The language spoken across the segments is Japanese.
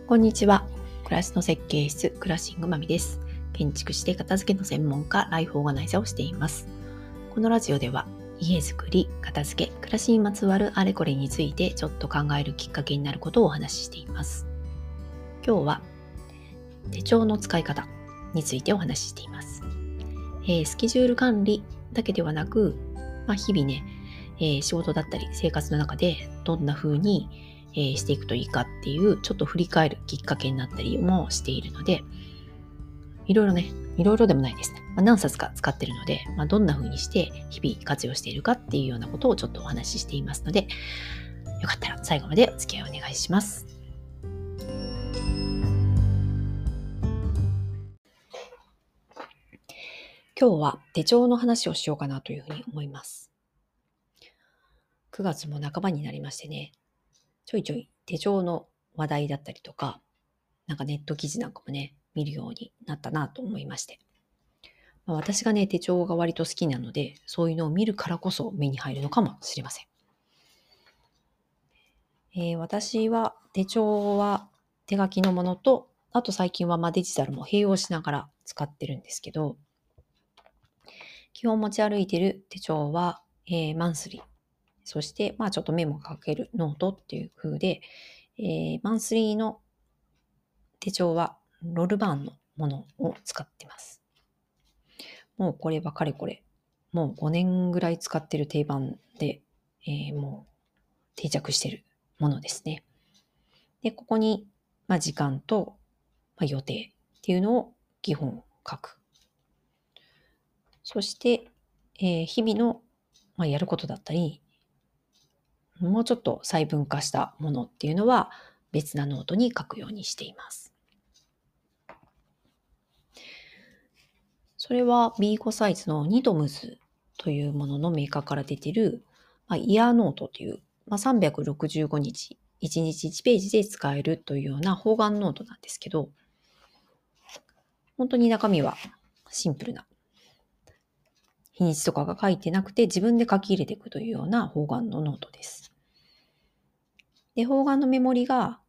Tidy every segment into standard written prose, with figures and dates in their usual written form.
こんにちは。暮らしの設計室クラッシングまみです。建築士で片付けの専門家、ライフオーガナイザーをしています。このラジオでは家づくり、片付け、暮らしにまつわるあれこれについてちょっと考えるきっかけになることをお話ししています。今日は手帳の使い方についてお話ししています。スケジュール管理だけではなく、日々ね、仕事だったり生活の中でどんな風にしていくといいかっていうちょっと振り返るきっかけになったりもしているので、いろいろでもないですね。何冊か使っているので、どんな風にして日々活用しているかっていうようなことをちょっとお話ししていますので、よかったら最後までお付き合いお願いします。今日は手帳の話をしようかなというふうに思います。9月も半ばになりましてね、ちょいちょい手帳の話題だったりとか、ネット記事なんかもね、見るようになったなと思いまして。私がね、手帳が割と好きなので、そういうのを見るからこそ目に入るのかもしれません。私は手帳は手書きのものと、あと最近はデジタルも併用しながら使ってるんですけど、基本持ち歩いてる手帳は、マンスリー。そして、ちょっとメモが書けるノートっていう風で、マンスリーの手帳はロールバーンのものを使ってます。もうこればかれこれ、もう5年ぐらい使ってる定番で、もう定着してるものですね。で、ここに、時間と、予定っていうのを基本書く。そして、日々の、やることだったり、もうちょっと細分化したものっていうのは別なノートに書くようにしています。それは B5 サイズのニトムズというもののメーカーから出ている、イヤーノートという、365日、1日1ページで使えるというような方眼ノートなんですけど、本当に中身はシンプルな。日にちとかが書いてなくて自分で書き入れていくというような方眼のノートです。で、方眼のメモリが、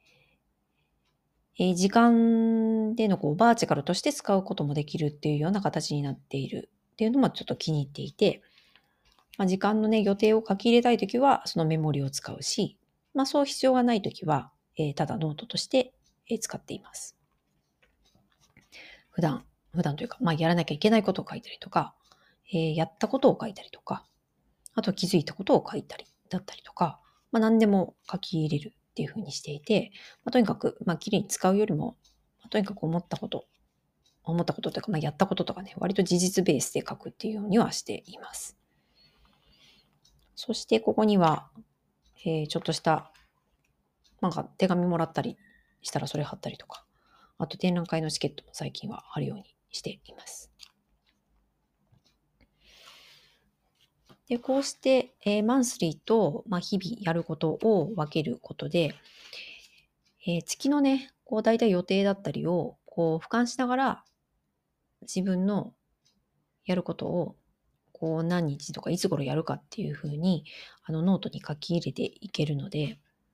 時間でのバーチカルとして使うこともできるっていうような形になっているっていうのもちょっと気に入っていて、時間のね、予定を書き入れたいときはそのメモリを使うし、そう必要がないときは、ただノートとして、使っています。普段というか、やらなきゃいけないことを書いたりとか、やったことを書いたりとか、あと気づいたことを書いたりだったりとか、何でも書き入れるっていう風にしていて、とにかく、きれいに使うよりも、とにかく思ったことというか、やったこととかね、割と事実ベースで書くっていうようにはしています。そしてここには、ちょっとした、手紙もらったりしたらそれ貼ったりとか、あと展覧会のチケットも最近は貼るようにしています。で、こうして、マンスリーと、日々やることを分けることで、月のね、だいたい予定だったりを、俯瞰しながら、自分のやることを、何日とかいつ頃やるかっていう風に、ノートに書き入れていけるので、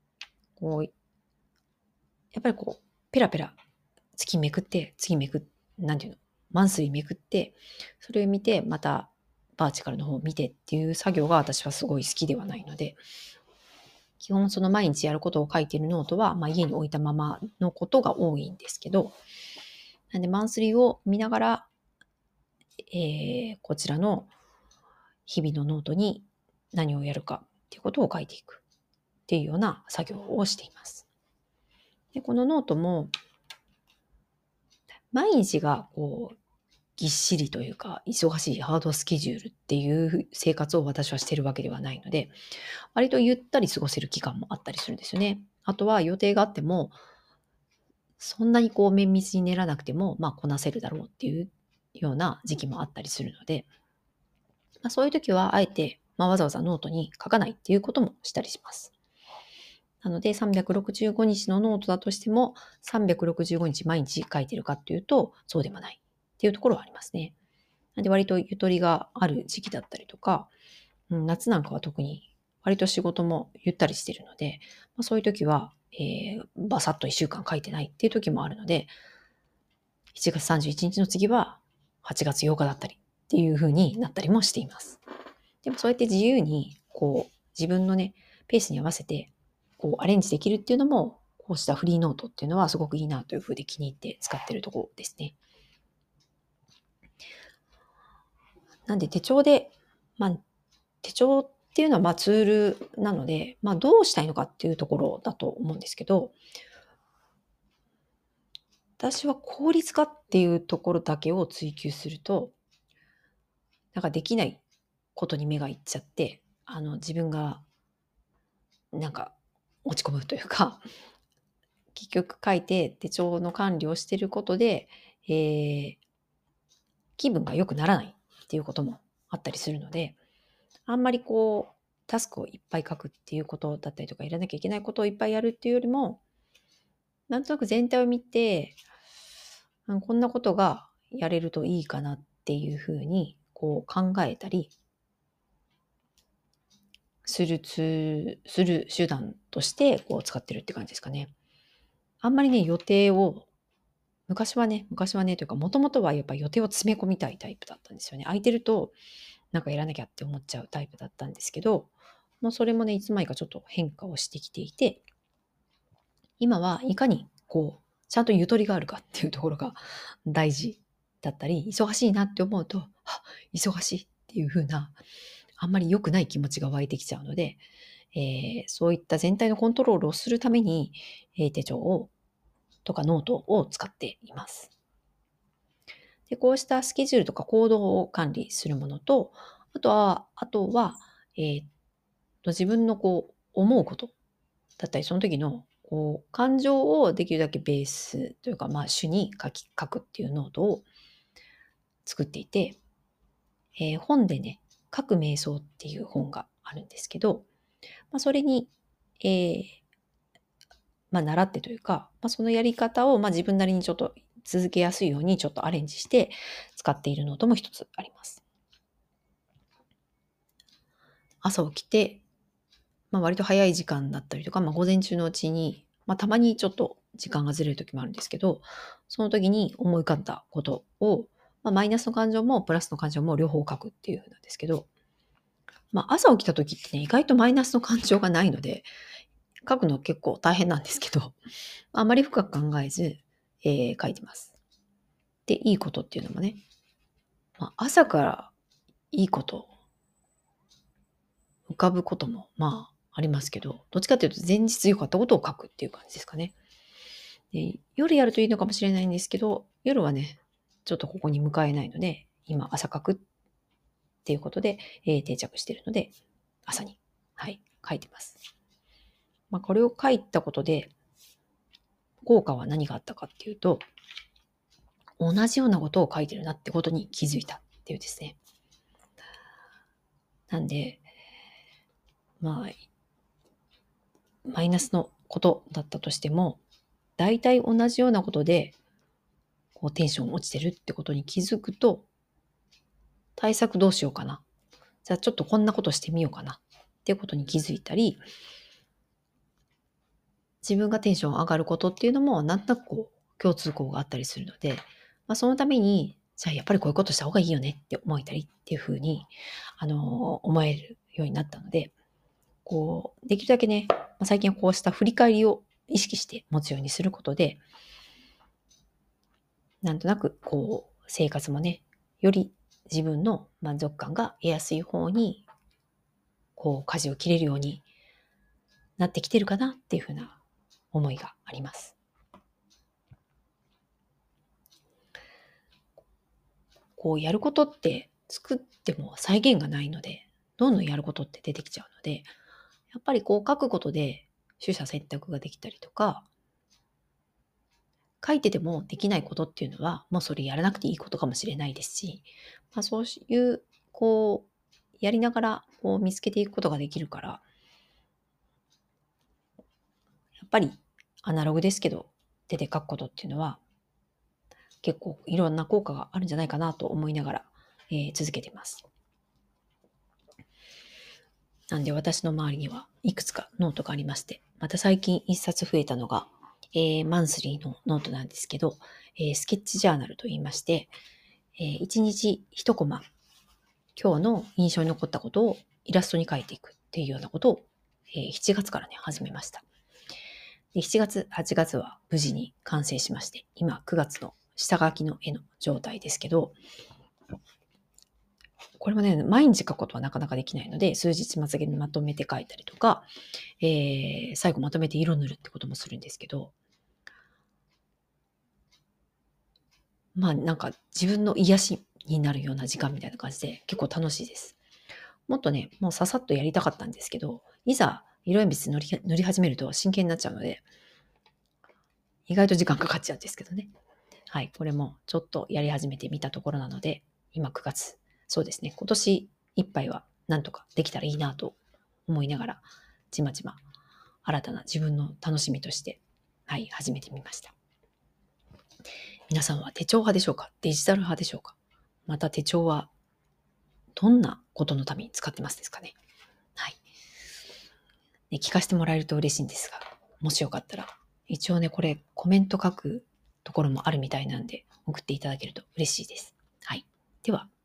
やっぱりペラペラ、月めくって、マンスリーめくって、それを見て、また、バーチカルの方を見てっていう作業が私はすごい好きではないので、基本その毎日やることを書いているノートは、家に置いたままのことが多いんですけど、なんでマンスリーを見ながら、こちらの日々のノートに何をやるかっていうことを書いていくっていうような作業をしています。で、このノートも、毎日がぎっしりというか、忙しいハードスケジュールっていう生活を私はしているわけではないので、割とゆったり過ごせる期間もあったりするんですよね。あとは予定があっても、そんなに綿密に練らなくても、こなせるだろうっていうような時期もあったりするので、そういう時はあえて、わざわざノートに書かないっていうこともしたりします。なので、365日のノートだとしても、365日毎日書いてるかっていうと、そうでもないっていうところはありますね。なんで割とゆとりがある時期だったりとか、夏なんかは特に割と仕事もゆったりしてるので、そういう時はバサッと1週間書いてないっていう時もあるので、7月31日の次は8月8日だったりっていう風になったりもしています。でもそうやって自由に自分のね、ペースに合わせてアレンジできるっていうのも、こうしたフリーノートっていうのはすごくいいなという風で気に入って使ってるところですね。なんで手帳で、手帳っていうのはツールなので、どうしたいのかっていうところだと思うんですけど、私は効率化っていうところだけを追求すると、なんかできないことに目がいっちゃって、自分がなんか落ち込むというか、結局書いて手帳の管理をしていることで、気分が良くならないっていうこともあったりするので、あんまりタスクをいっぱい書くっていうことだったりとか、やらなきゃいけないことをいっぱいやるっていうよりも、なんとなく全体を見て、こんなことがやれるといいかなっていうふうに考えたりする手段として使ってるって感じですかね。あんまりね、予定を昔はねというか、もともとはやっぱ予定を詰め込みたいタイプだったんですよね。空いてると、なんかやらなきゃって思っちゃうタイプだったんですけど、もうそれもね、いつまにかちょっと変化をしてきていて、今はいかにちゃんとゆとりがあるかっていうところが大事だったり、忙しいなって思うと、忙しいっていう風な、あんまり良くない気持ちが湧いてきちゃうので、そういった全体のコントロールをするために、手帳とかノートを使っています。で、こうしたスケジュールとか行動を管理するものと、あとは、自分の思うことだったり、その時の感情をできるだけベースというか、主に書くっていうノートを作っていて、本でね、書く瞑想っていう本があるんですけど、それに、習ってというか、そのやり方を自分なりにちょっと続けやすいようにちょっとアレンジして使っているノートも一つあります。朝起きて、割と早い時間だったりとか、午前中のうちに、たまにちょっと時間がずれる時もあるんですけど、その時に思い浮かんだことを、マイナスの感情もプラスの感情も両方書くっていう風なんですけど、朝起きた時ってね、意外とマイナスの感情がないので、書くの結構大変なんですけど、あまり深く考えず、書いてます。で、いいことっていうのもね、朝からいいこと浮かぶこともありますけど、どっちかっていうと前日良かったことを書くっていう感じですかね。で、夜やるといいのかもしれないんですけど、夜はね、ちょっとここに向かえないので、今朝書くっていうことで、定着しているので、朝に、書いてます。これを書いたことで、効果は何があったかっていうと、同じようなことを書いてるなってことに気づいたっていうですね。なんで、マイナスのことだったとしても、大体同じようなことで、テンション落ちてるってことに気づくと、対策どうしようかな。じゃあちょっとこんなことしてみようかなっていうことに気づいたり、自分がテンション上がることっていうのもなんとなく共通項があったりするので、そのために、じゃあやっぱりこういうことした方がいいよねって思えたりっていうふうに、思えるようになったので、できるだけね、最近はこうした振り返りを意識して持つようにすることで、なんとなく生活もね、より自分の満足感が得やすい方に舵を切れるようになってきてるかなっていうふうな思いがあります。やることって作っても再現がないので、どんどんやることって出てきちゃうので、やっぱり書くことで取捨選択ができたりとか、書いててもできないことっていうのは、もうそれやらなくていいことかもしれないですし、そういう、やりながら見つけていくことができるから、やっぱりアナログですけど、手で書くことっていうのは、結構いろんな効果があるんじゃないかなと思いながら、続けています。なんで私の周りにはいくつかノートがありまして、 また最近一冊増えたのが、マンスリーのノートなんですけど、スケッチジャーナルと言いまして、1日1コマ、今日の印象に残ったことをイラストに描いていくっていうようなことを、7月からね、始めました。で7月、8月は無事に完成しまして、今9月の下書きの絵の状態ですけど、これもね、毎日書くことはなかなかできないので、数日まつげにまとめて書いたりとか、最後まとめて色塗るってこともするんですけど、まあなんか自分の癒しになるような時間みたいな感じで結構楽しいです。もっとね、もうささっとやりたかったんですけど、いざ色鉛筆塗り始めると真剣になっちゃうので、意外と時間かかっちゃうんですけどね。はい、これもちょっとやり始めてみたところなので、今9月、そうですね、今年いっぱいはなんとかできたらいいなと思いながら、ちまちま新たな自分の楽しみとして、はい、始めてみました。皆さんは手帳派でしょうか？デジタル派でしょうか？また手帳はどんなことのために使ってますですかね？はい。ね、聞かせてもらえると嬉しいんですが、もしよかったら、一応ね、これコメント書くところもあるみたいなんで、送っていただけると嬉しいです。はい。では、